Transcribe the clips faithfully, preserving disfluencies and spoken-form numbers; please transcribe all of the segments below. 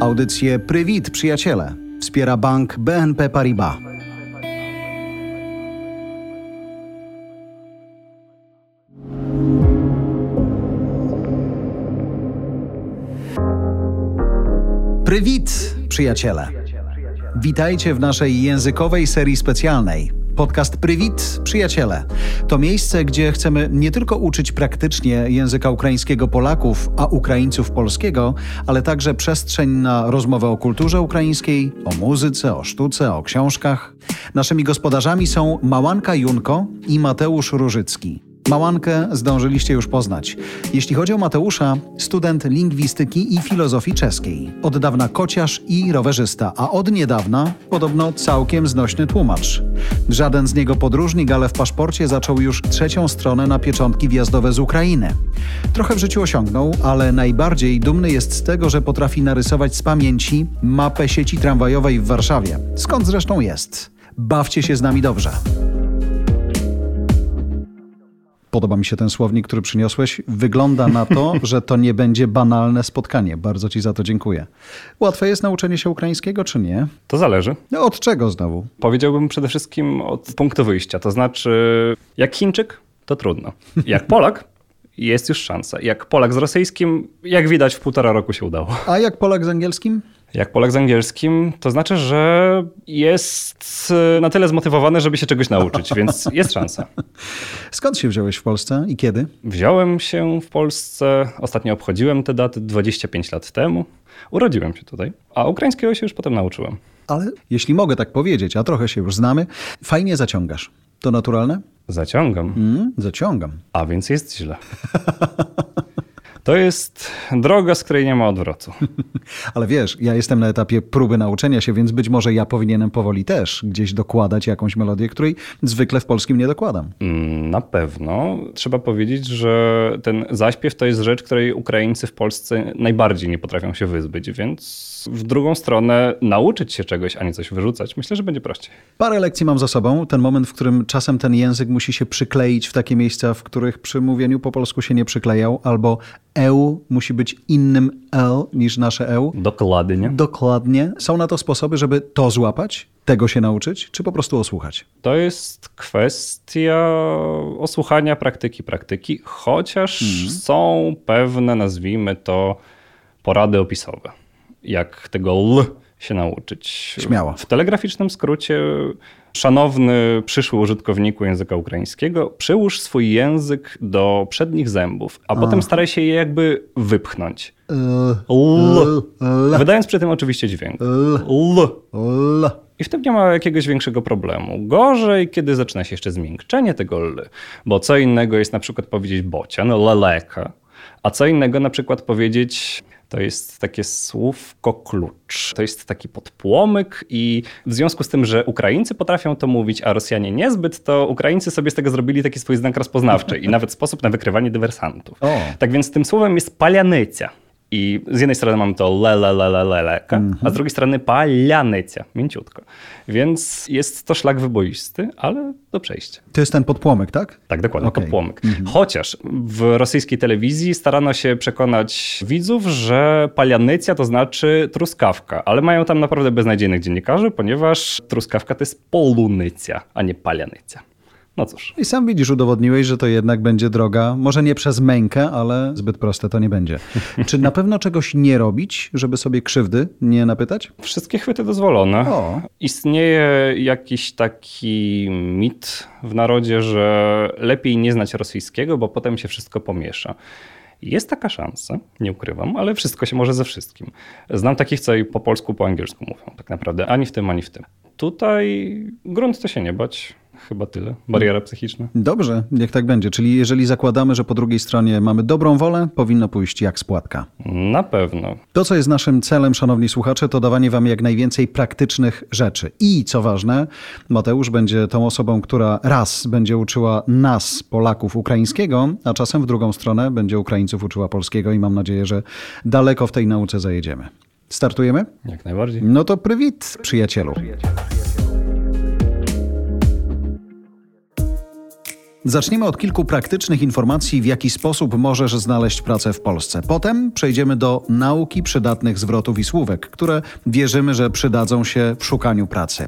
Audycję Prywit, przyjaciele. Wspiera bank B N P Paribas. Prywit, przyjaciele. Witajcie w naszej językowej serii specjalnej. Podcast Prywit, przyjaciele. To miejsce, gdzie chcemy nie tylko uczyć praktycznie języka ukraińskiego Polaków, a Ukraińców polskiego, ale także przestrzeń na rozmowę o kulturze ukraińskiej, o muzyce, o sztuce, o książkach. Naszymi gospodarzami są Małanka Junko i Mateusz Różycki. Małankę zdążyliście już poznać. Jeśli chodzi o Mateusza, student lingwistyki i filozofii czeskiej. Od dawna kociarz i rowerzysta, a od niedawna podobno całkiem znośny tłumacz. Żaden z niego podróżnik, ale w paszporcie zaczął już trzecią stronę na pieczątki wjazdowe z Ukrainy. Trochę w życiu osiągnął, ale najbardziej dumny jest z tego, że potrafi narysować z pamięci mapę sieci tramwajowej w Warszawie. Skąd zresztą jest. Bawcie się z nami dobrze. Podoba mi się ten słownik, który przyniosłeś. Wygląda na to, że to nie będzie banalne spotkanie. Bardzo ci za to dziękuję. Łatwe jest nauczenie się ukraińskiego, czy nie? To zależy. No, od czego znowu? Powiedziałbym przede wszystkim od punktu wyjścia. To znaczy, jak Chińczyk, to trudno. Jak Polak, jest już szansa. Jak Polak z rosyjskim, jak widać, w półtora roku się udało. A jak Polak z angielskim? Jak Polak z angielskim, to znaczy, że jest na tyle zmotywowany, żeby się czegoś nauczyć, więc jest szansa. Skąd się wziąłeś w Polsce i kiedy? Wziąłem się w Polsce, ostatnio obchodziłem te daty dwadzieścia pięć lat temu. Urodziłem się tutaj, a ukraińskiego się już potem nauczyłem. Ale jeśli mogę tak powiedzieć, a trochę się już znamy, fajnie zaciągasz. To naturalne? Zaciągam. Mm, zaciągam. A więc jest źle. To jest droga, z której nie ma odwrotu. Ale wiesz, ja jestem na etapie próby nauczenia się, więc być może ja powinienem powoli też gdzieś dokładać jakąś melodię, której zwykle w polskim nie dokładam. Na pewno. Trzeba powiedzieć, że ten zaśpiew to jest rzecz, której Ukraińcy w Polsce najbardziej nie potrafią się wyzbyć, więc w drugą stronę nauczyć się czegoś, a nie coś wyrzucać, myślę, że będzie prościej. Parę lekcji mam za sobą. Ten moment, w którym czasem ten język musi się przykleić w takie miejsca, w których przy mówieniu po polsku się nie przyklejał, albo eł musi być innym l niż nasze eł. Dokładnie. Dokładnie. Są na to sposoby, żeby to złapać, tego się nauczyć, czy po prostu osłuchać? To jest kwestia osłuchania praktyki, praktyki, chociaż mm. są pewne, nazwijmy to, porady opisowe. Jak tego l się nauczyć. Śmiało. W telegraficznym skrócie, szanowny przyszły użytkowniku języka ukraińskiego, przyłóż swój język do przednich zębów, a, a. potem staraj się je jakby wypchnąć. L. L. Wydając przy tym oczywiście dźwięk. L. L. I w tym nie ma jakiegoś większego problemu. Gorzej, kiedy zaczyna się jeszcze zmiękczenie tego l. Bo co innego jest na przykład powiedzieć bocian, leleka, a co innego na przykład powiedzieć... To jest takie słówko klucz. To jest taki podpłomyk i w związku z tym, że Ukraińcy potrafią to mówić, a Rosjanie niezbyt, to Ukraińcy sobie z tego zrobili taki swój znak rozpoznawczy i nawet sposób na wykrywanie dywersantów. O. Tak więc tym słowem jest palianycja. I z jednej strony mamy to le, le, le, le, le, leka, mm-hmm. a z drugiej strony palianycja, mięciutko. Więc jest to szlak wyboisty, ale do przejścia. To jest ten podpłomyk, tak? Tak, dokładnie, okay. Podpłomyk. Mm-hmm. Chociaż w rosyjskiej telewizji starano się przekonać widzów, że palianycja to znaczy truskawka, ale mają tam naprawdę beznadziejnych dziennikarzy, ponieważ truskawka to jest polunycja, a nie palianycja. No cóż. I sam widzisz, udowodniłeś, że to jednak będzie droga, może nie przez mękę, ale zbyt proste to nie będzie. Czy na pewno czegoś nie robić, żeby sobie krzywdy nie napytać? Wszystkie chwyty dozwolone. O. Istnieje jakiś taki mit w narodzie, że lepiej nie znać rosyjskiego, bo potem się wszystko pomiesza. Jest taka szansa, nie ukrywam, ale wszystko się może ze wszystkim. Znam takich, co i po polsku, po angielsku mówią. Tak naprawdę ani w tym, ani w tym. Tutaj grunt to się nie bać. Chyba tyle. Bariera psychiczna. Dobrze, niech tak będzie. Czyli jeżeli zakładamy, że po drugiej stronie mamy dobrą wolę, powinno pójść jak z płatka. Na pewno. To, co jest naszym celem, szanowni słuchacze, to dawanie wam jak najwięcej praktycznych rzeczy. I co ważne, Mateusz będzie tą osobą, która raz będzie uczyła nas, Polaków, ukraińskiego, a czasem w drugą stronę będzie Ukraińców uczyła polskiego i mam nadzieję, że daleko w tej nauce zajedziemy. Startujemy? Jak najbardziej. No to prywit, przyjacielu. Zaczniemy od kilku praktycznych informacji, w jaki sposób możesz znaleźć pracę w Polsce. Potem przejdziemy do nauki przydatnych zwrotów i słówek, które wierzymy, że przydadzą się w szukaniu pracy.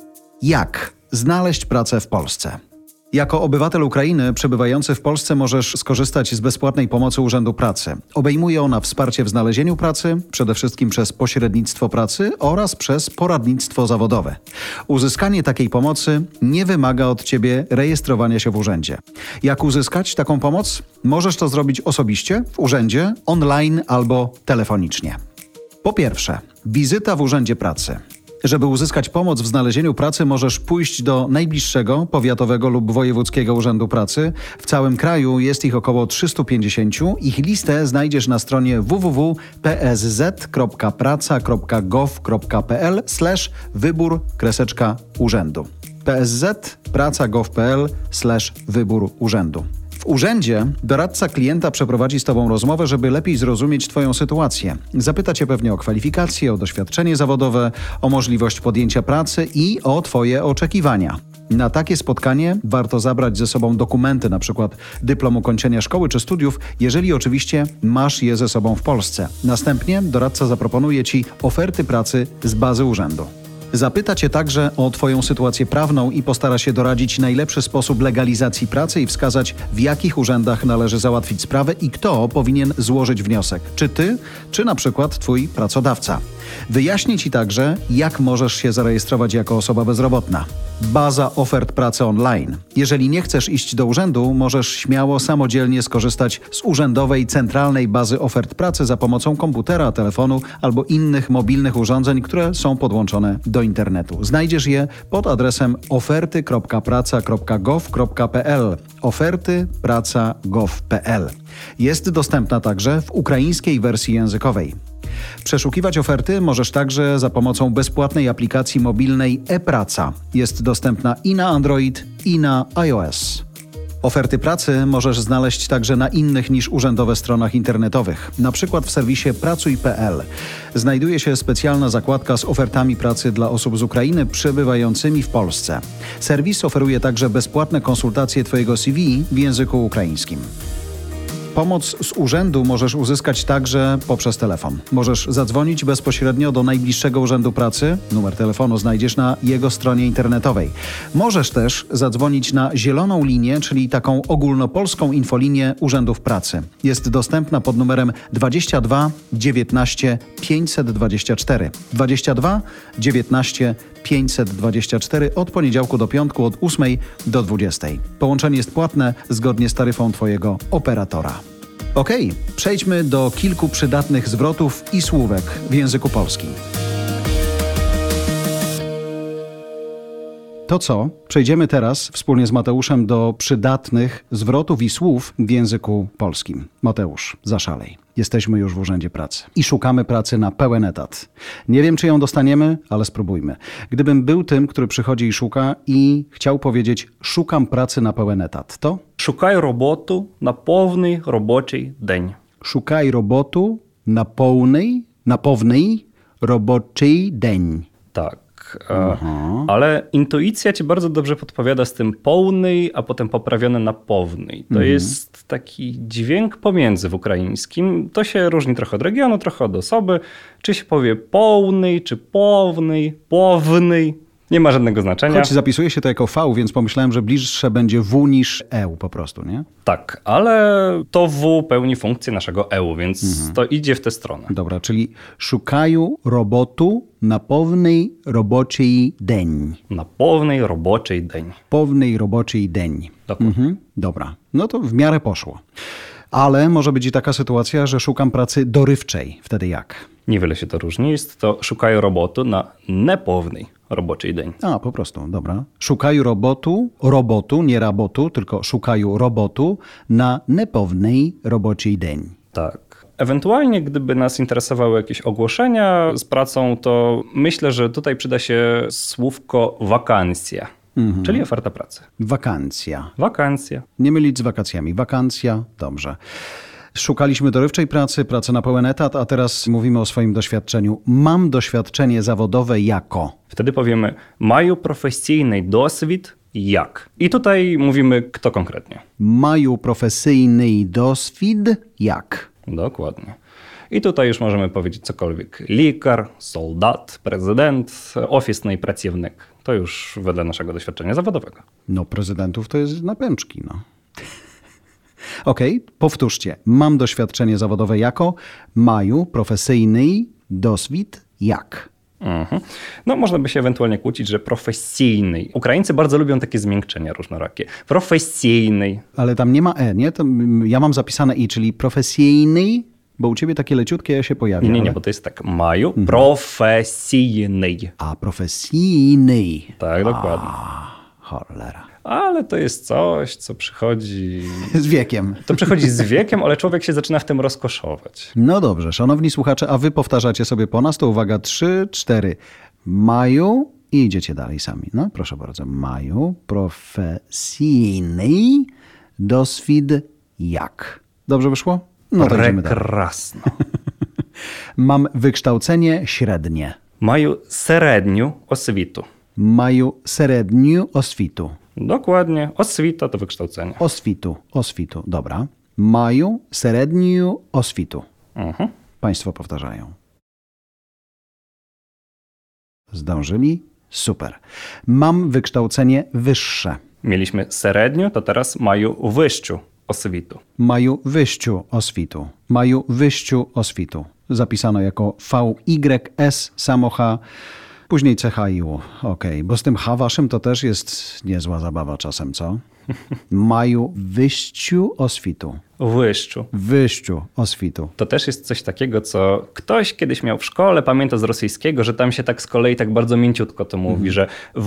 Jak znaleźć pracę w Polsce? Jako obywatel Ukrainy przebywający w Polsce możesz skorzystać z bezpłatnej pomocy Urzędu Pracy. Obejmuje ona wsparcie w znalezieniu pracy, przede wszystkim przez pośrednictwo pracy oraz przez poradnictwo zawodowe. Uzyskanie takiej pomocy nie wymaga od Ciebie rejestrowania się w urzędzie. Jak uzyskać taką pomoc? Możesz to zrobić osobiście, w urzędzie, online albo telefonicznie. Po pierwsze, wizyta w Urzędzie Pracy. Żeby uzyskać pomoc w znalezieniu pracy, możesz pójść do najbliższego powiatowego lub wojewódzkiego urzędu pracy. W całym kraju jest ich około trzysta pięćdziesiąt. Ich listę znajdziesz na stronie w w w kropka p s z kropka praca kropka gov kropka p l slash wybór kreseczka urzędu. psz.praca.gov.pl slash wybór urzędu. W urzędzie doradca klienta przeprowadzi z Tobą rozmowę, żeby lepiej zrozumieć Twoją sytuację. Zapyta Cię pewnie o kwalifikacje, o doświadczenie zawodowe, o możliwość podjęcia pracy i o Twoje oczekiwania. Na takie spotkanie warto zabrać ze sobą dokumenty, np. dyplom ukończenia szkoły czy studiów, jeżeli oczywiście masz je ze sobą w Polsce. Następnie doradca zaproponuje Ci oferty pracy z bazy urzędu. Zapyta Cię także o Twoją sytuację prawną i postara się doradzić najlepszy sposób legalizacji pracy i wskazać, w jakich urzędach należy załatwić sprawę i kto powinien złożyć wniosek. Czy Ty, czy na przykład Twój pracodawca. Wyjaśni Ci także, jak możesz się zarejestrować jako osoba bezrobotna. Baza ofert pracy online. Jeżeli nie chcesz iść do urzędu, możesz śmiało samodzielnie skorzystać z urzędowej centralnej bazy ofert pracy za pomocą komputera, telefonu albo innych mobilnych urządzeń, które są podłączone do internetu. Znajdziesz je pod adresem oferty kropka praca kropka gov kropka p l oferty praca kropka gov kropka p l. Jest dostępna także w ukraińskiej wersji językowej. Przeszukiwać oferty możesz także za pomocą bezpłatnej aplikacji mobilnej e-Praca. Jest dostępna i na Android, i na iOS. Oferty pracy możesz znaleźć także na innych niż urzędowe stronach internetowych, na przykład w serwisie pracuj kropka p l. Znajduje się specjalna zakładka z ofertami pracy dla osób z Ukrainy przebywającymi w Polsce. Serwis oferuje także bezpłatne konsultacje Twojego C V w języku ukraińskim. Pomoc z urzędu możesz uzyskać także poprzez telefon. Możesz zadzwonić bezpośrednio do najbliższego urzędu pracy. Numer telefonu znajdziesz na jego stronie internetowej. Możesz też zadzwonić na zieloną linię, czyli taką ogólnopolską infolinię urzędów pracy. Jest dostępna pod numerem dwadzieścia dwa dziewiętnaście pięćset dwadzieścia cztery. dwadzieścia dwa dziewiętnaście pięćset dwadzieścia cztery od poniedziałku do piątku od ósmej do dwudziestej. Połączenie jest płatne zgodnie z taryfą Twojego operatora. Okej, przejdźmy do kilku przydatnych zwrotów i słówek w języku polskim. To co? Przejdziemy teraz wspólnie z Mateuszem do przydatnych zwrotów i słów w języku polskim. Mateusz, zaszalej. Jesteśmy już w Urzędzie Pracy i szukamy pracy na pełen etat. Nie wiem, czy ją dostaniemy, ale spróbujmy. Gdybym był tym, który przychodzi i szuka i chciał powiedzieć szukam pracy na pełen etat, to? Szukaj robotu na pełny roboczy dzień. Szukaj robotu na pełny, na pełny roboczy dzień. Tak. Aha. Ale intuicja ci bardzo dobrze podpowiada z tym pełny, a potem poprawiony na pewny. To mhm. jest taki dźwięk pomiędzy w ukraińskim. To się różni trochę od regionu, trochę od osoby. Czy się powie pełny, czy pewny, pewny. Nie ma żadnego znaczenia. Choć zapisuje się to jako V, więc pomyślałem, że bliższe będzie W niż E po prostu, nie? Tak, ale to W pełni funkcję naszego E, więc mhm. to idzie w tę stronę. Dobra, czyli szukają robotu na pełny roboczy dzień. Na pełny roboczy dzień. Pełny roboczy dzień. Mhm. Dobra, no to w miarę poszło. Ale może być i taka sytuacja, że szukam pracy dorywczej. Wtedy jak? Niewiele się to różni. Jest to szukają robotu na niepełny roboczy dzień. A, po prostu, dobra. Szukają robotu, robotu, nie rabotu, tylko szukają robotu na niepełny roboczy dzień. Tak. Ewentualnie, gdyby nas interesowały jakieś ogłoszenia z pracą, to myślę, że tutaj przyda się słówko wakancja. Mhm. Czyli oferta pracy. Wakancja. Wakancja. Nie mylić z wakacjami. Wakancja, dobrze. Szukaliśmy dorywczej pracy, pracy na pełen etat, a teraz mówimy o swoim doświadczeniu. Mam doświadczenie zawodowe jako... Wtedy powiemy, mają profesjonalny досвід jak. I tutaj mówimy kto konkretnie. Mają profesjonalny doswid jak. Dokładnie. I tutaj już możemy powiedzieć cokolwiek. Likar, soldat, prezydent, ofisny pracownik. To już wedle naszego doświadczenia zawodowego. No prezydentów to jest na pęczki, no. Okej, okay, powtórzcie. Mam doświadczenie zawodowe jako, mają profesjonalny doswid jak. Mhm. No można by się ewentualnie kłócić, że profesjonalny. Ukraińcy bardzo lubią takie zmiękczenia różnorakie. Profesjonalny. Ale tam nie ma e, nie? To ja mam zapisane i, czyli profesjonalny, bo u ciebie takie leciutkie się pojawia. Nie, nie, ale... nie, bo to jest tak. Mają mhm. profesjonalny. A, profesjonalny. Tak, dokładnie. A, cholera. Ale to jest coś, co przychodzi... Z wiekiem. To przychodzi z wiekiem, ale człowiek się zaczyna w tym rozkoszować. No dobrze, szanowni słuchacze, a wy powtarzacie sobie po nas, to uwaga, trzy, cztery. Mają i idziecie dalej sami. No proszę bardzo. Mają profesjonalny doswid jak. Dobrze wyszło? No to idziemy dalej. Prekrasno. Mam wykształcenie średnie. Mają średnią oswitę. Mają średnią oswitę. Dokładnie. Oswita to wykształcenie. Oswitu, oswitu, dobra. Mają średnią oswitę. Mhm. Państwo powtarzają. Zdążyli? Super. Mam wykształcenie wyższe. Mieliśmy średnią, to teraz mają wyższą oswitę. Mają wyższą oswitę. Mają wyższą oswitę. Zapisano jako V Y S samo H. Później C H I U. Okej, okay. Bo z tym H waszym to też jest niezła zabawa czasem, co? Mają wyższą oswitę. Wyższą. Wyższą oswitę. To też jest coś takiego, co ktoś kiedyś miał w szkole, pamięta z rosyjskiego, że tam się tak z kolei tak bardzo mięciutko to mówi, mhm. że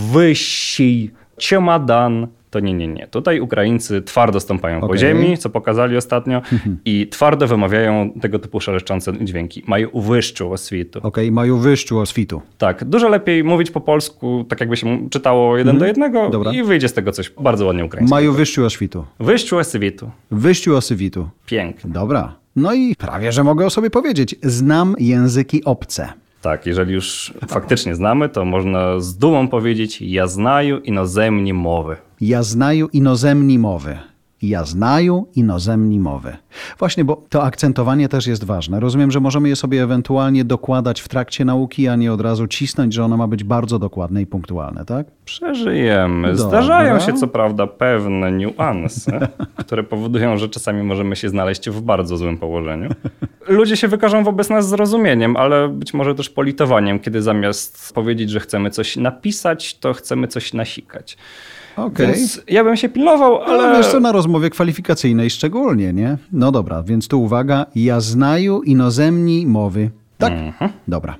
wyżsi, ciomadan. To nie, nie, nie. Tutaj Ukraińcy twardo stąpają okay. po ziemi, co pokazali ostatnio i twardo wymawiają tego typu szeleszczące dźwięki. Mają wyższą oswitę. Okej, okay, mają wyższą oswitę. Tak, dużo lepiej mówić po polsku, tak jakby się czytało jeden mm. do jednego. Dobra. I wyjdzie z tego coś bardzo ładnie ukraińskiego. Mają wyższą oswitę. Wyższą oswitę. Wyższą oswitę. Pięknie. Dobra. No i prawie, że mogę o sobie powiedzieć. Znam języki obce. Tak, jeżeli już faktycznie znamy, to można z dumą powiedzieć ja znаю inozemni mowy. Ja znaju inozemni mowy. Ja znaju inozemni mowy. Właśnie, bo to akcentowanie też jest ważne. Rozumiem, że możemy je sobie ewentualnie dokładać w trakcie nauki, a nie od razu cisnąć, że ono ma być bardzo dokładne i punktualne, tak? Przeżyjemy. Dobra. Zdarzają się co prawda pewne niuanse, które powodują, że czasami możemy się znaleźć w bardzo złym położeniu. Ludzie się wykażą wobec nas zrozumieniem, ale być może też politowaniem, kiedy zamiast powiedzieć, że chcemy coś napisać, to chcemy coś nasikać. Okay. Więc ja bym się pilnował, ale... ale... wiesz co, na rozmowie kwalifikacyjnej szczególnie, nie? No dobra, więc tu uwaga. Ja znaju inozemni mowy. Tak? Mm-hmm. Dobra.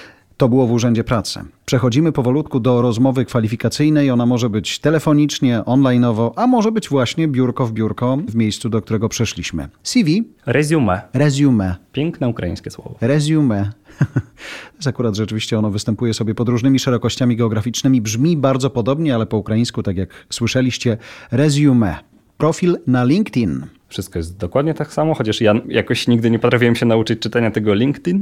To było w Urzędzie Pracy. Przechodzimy powolutku do rozmowy kwalifikacyjnej. Ona może być telefonicznie, online'owo, a może być właśnie biurko w biurko w miejscu, do którego przeszliśmy. C V. Resume. Resume. Piękne ukraińskie słowo. Resume. To jest akurat rzeczywiście ono występuje sobie pod różnymi szerokościami geograficznymi. Brzmi bardzo podobnie, ale po ukraińsku, tak jak słyszeliście, resume. Profil na LinkedIn. Wszystko jest dokładnie tak samo, chociaż ja jakoś nigdy nie potrafiłem się nauczyć czytania tego LinkedIn,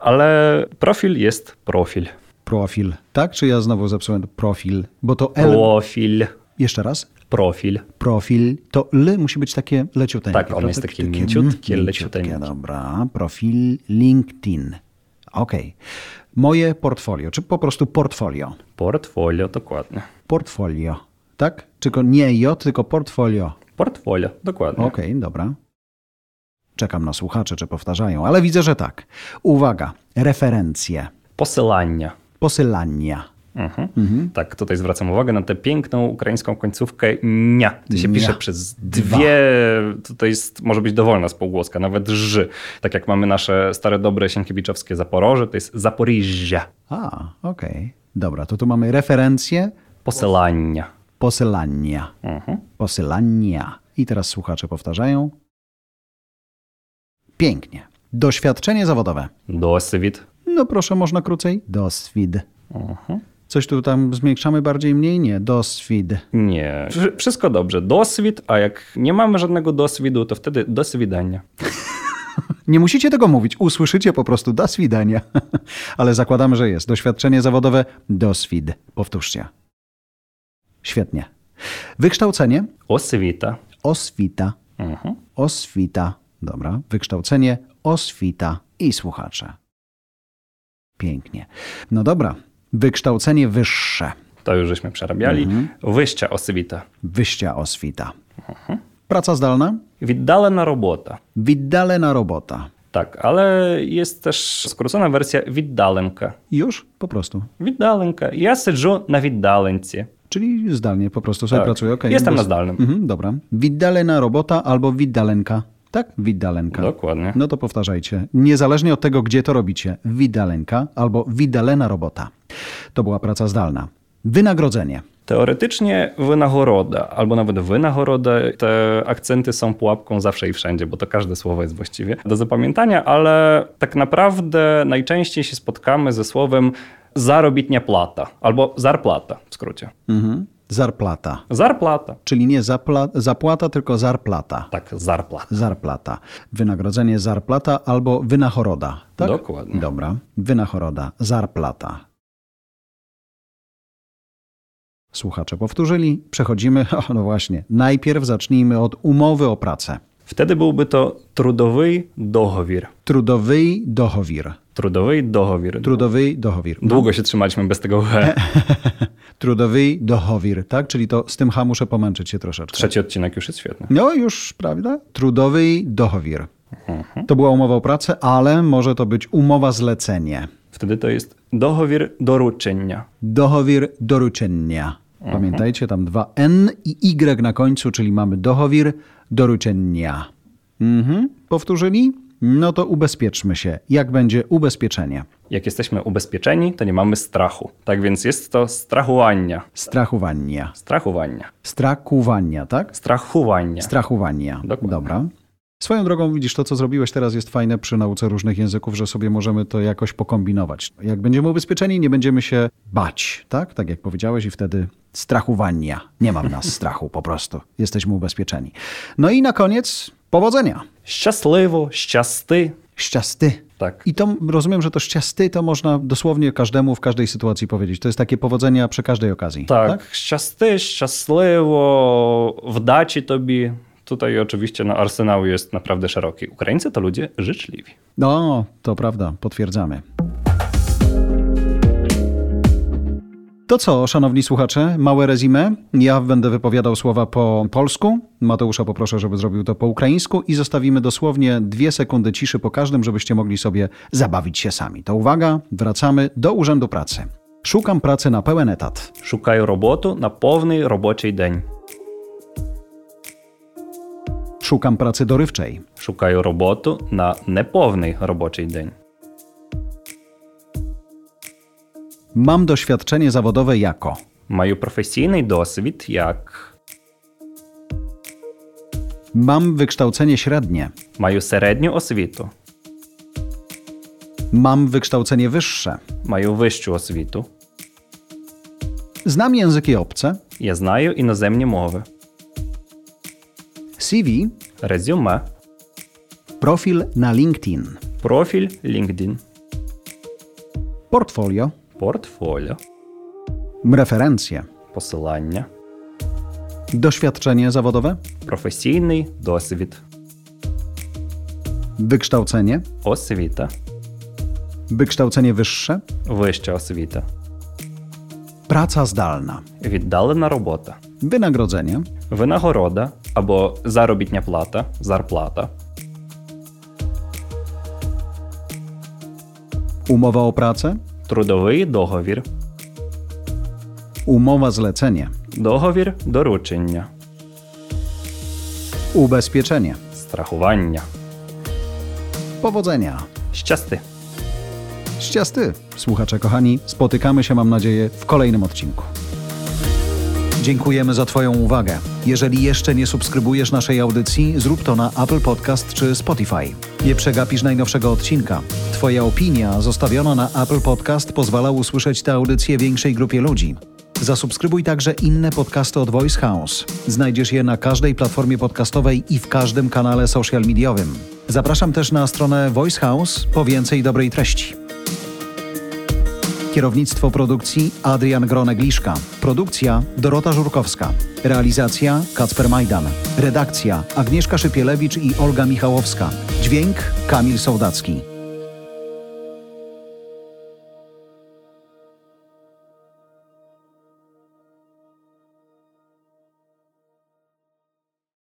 ale profil jest profil. Profil. Tak? Czy ja znowu zepsułem profil? Bo to L... Profil. Jeszcze raz? Profil. Profil. To L musi być takie leciuteńkie. Tak, on prawda? Jest takie mięciutkie, leciuteńkie. Dobra. Profil LinkedIn. Okej. Okay. Moje portfolio, czy po prostu portfolio? Portfolio, dokładnie. Portfolio. Tak? Tylko nie J, tylko portfolio. Portfolio, dokładnie. Okej, okay, dobra. Czekam na słuchacze, czy powtarzają, ale widzę, że tak. Uwaga, referencje. Posyłania. Posyłania. Mhm. Mhm. Tak, tutaj zwracam uwagę na tę piękną ukraińską końcówkę nia. To się nia. Pisze przez dwie, to jest, może być dowolna spółgłoska, nawet ży. Tak jak mamy nasze stare dobre sienkiewiczowskie Zaporoże, to jest Zaporiżia. A, okej. Okay. Dobra, to tu mamy referencje. Posyłania. Posyłania. Mhm. Posyłania. I teraz słuchacze powtarzają. Pięknie. Doświadczenie zawodowe. Doswid. No proszę, można krócej. Doswid. Mhm. Coś tu tam zmniejszamy bardziej, mniej? Nie. Doswid. Nie. Wszystko dobrze. Doswid, a jak nie mamy żadnego doswidu, to wtedy do swidania. Nie musicie tego mówić. Usłyszycie po prostu do swidania. Ale zakładamy, że jest. Doświadczenie zawodowe. Doswid. Powtórzcie. Świetnie. Wykształcenie? Освіта. Oswita. Mhm. Oswita. Dobra. Wykształcenie, oswita i słuchacze. Pięknie. No dobra. Wykształcenie wyższe. To już żeśmy przerabiali. Mhm. Wyższa освіта. Wyższa oswita. Mhm. Praca zdalna? Віддалена робота. Віддалена robota. Tak, ale jest też skrócona wersja віддаленка. Już? Po prostu. Віддаленка. Ja siedzę na віддаленці. Czyli zdalnie po prostu sobie Tak. pracuję. Okay. Jestem Bez... na zdalnym. Mhm, dobra. Віддалена robota albo віддаленка. Tak? Віддаленка. Dokładnie. No to powtarzajcie. Niezależnie od tego, gdzie to robicie. Віддаленка albo віддалена robota. To była praca zdalna. Wynagrodzenie. Teoretycznie wynagroda, albo nawet wynagroda, te akcenty są pułapką zawsze i wszędzie, bo to każde słowo jest właściwie do zapamiętania, ale tak naprawdę najczęściej się spotkamy ze słowem zarobitnia plata, albo zarplata w skrócie. Mhm. Zarplata. Zarplata. Czyli nie zapla- zapłata, tylko zarplata. Tak, zarplata. Zarplata. Wynagrodzenie zarplata albo wynachoroda. Tak? Dokładnie. Dobra. Wynachoroda. Zarplata. Słuchacze powtórzyli. Przechodzimy. O, no właśnie. Najpierw zacznijmy od umowy o pracę. Wtedy byłby to trudowy doговір. Trudowy dochowir. Trudowy doговір. Trudowy dochowir. No. Długo się trzymaliśmy bez tego he. Trudowy dochowir, tak? Czyli to z tym H muszę pomęczyć się troszeczkę. Trzeci odcinek już jest świetny. No już, prawda? Trudowy dochowir. Mhm. To była umowa o pracę, ale może to być umowa zlecenie. Wtedy to jest doговір доручення. Dochowir doruczenia. Pamiętajcie, tam dwa N i Y na końcu, czyli mamy dochowir doruczenia. Mhm. Powtórzyli? No to ubezpieczmy się. Jak będzie ubezpieczenie? Jak jesteśmy ubezpieczeni, to nie mamy strachu. Tak więc jest to strachowania. Strachowania. Strachowania. Strakuwania, tak? Strachowania. Strachowania. Dokładnie. Dobra. Swoją drogą, widzisz, to co zrobiłeś teraz jest fajne przy nauce różnych języków, że sobie możemy to jakoś pokombinować. Jak będziemy ubezpieczeni, nie będziemy się bać, tak? Tak jak powiedziałeś i wtedy strachowania. Nie ma w nas strachu, po prostu. Jesteśmy ubezpieczeni. No i na koniec powodzenia. Щасливо, щасти. Szczasty. Tak. I to rozumiem, że to szczasty to można dosłownie każdemu w każdej sytuacji powiedzieć. To jest takie powodzenia przy każdej okazji. Tak. tak? Щасти, щасливо, wdaci tobie. Tutaj oczywiście no, arsenał jest naprawdę szeroki. Ukraińcy to ludzie życzliwi. No, to prawda, potwierdzamy. To co, szanowni słuchacze, małe rezime. Ja będę wypowiadał słowa po polsku. Mateusza poproszę, żeby zrobił to po ukraińsku i zostawimy dosłownie dwie sekundy ciszy po każdym, żebyście mogli sobie zabawić się sami. To uwaga, wracamy do Urzędu Pracy. Szukam pracy na pełen etat. Шукаю роботу на повний робочий день. Szukam pracy dorywczej. Шукаю роботу на неповний робочий день. Mam doświadczenie zawodowe jako. Маю професійний досвід як. Mam wykształcenie średnie. Маю середню освіту. Mam wykształcenie wyższe. Маю вищу освіту. Znam języki obce. Я знаю іноземні мови. C V. Резюме. Profil na LinkedIn. Профіль LinkedIn. Portfolio. Портфоліо. Referencje. Посилання. Doświadczenie zawodowe. Професійний досвід. Wykształcenie. Освіта. Wykształcenie wyższe. Вища освіта. Praca zdalna. Віддалена робота. Wynagrodzenie. Винагорода або заробітня плата, зарплата. Umowa o pracę. Трудовий договір. Umowa zlecenie. Договір доручення. Ubezpieczenie. Страхування. Powodzenia. Щасти. Szczasty. Słuchacze kochani, spotykamy się, mam nadzieję, w kolejnym odcinku. Dziękujemy za Twoją uwagę. Jeżeli jeszcze nie subskrybujesz naszej audycji, zrób to na Apple Podcast czy Spotify. Nie przegapisz najnowszego odcinka. Twoja opinia zostawiona na Apple Podcast pozwala usłyszeć tę audycję większej grupie ludzi. Zasubskrybuj także inne podcasty od Voice House. Znajdziesz je na każdej platformie podcastowej i w każdym kanale social mediowym. Zapraszam też na stronę Voice House po więcej dobrej treści. Kierownictwo produkcji Adrian Gronegliszka. Produkcja Dorota Żurkowska. Realizacja Kacper Majdan. Redakcja Agnieszka Szypielewicz i Olga Michałowska. Dźwięk Kamil Sołdacki.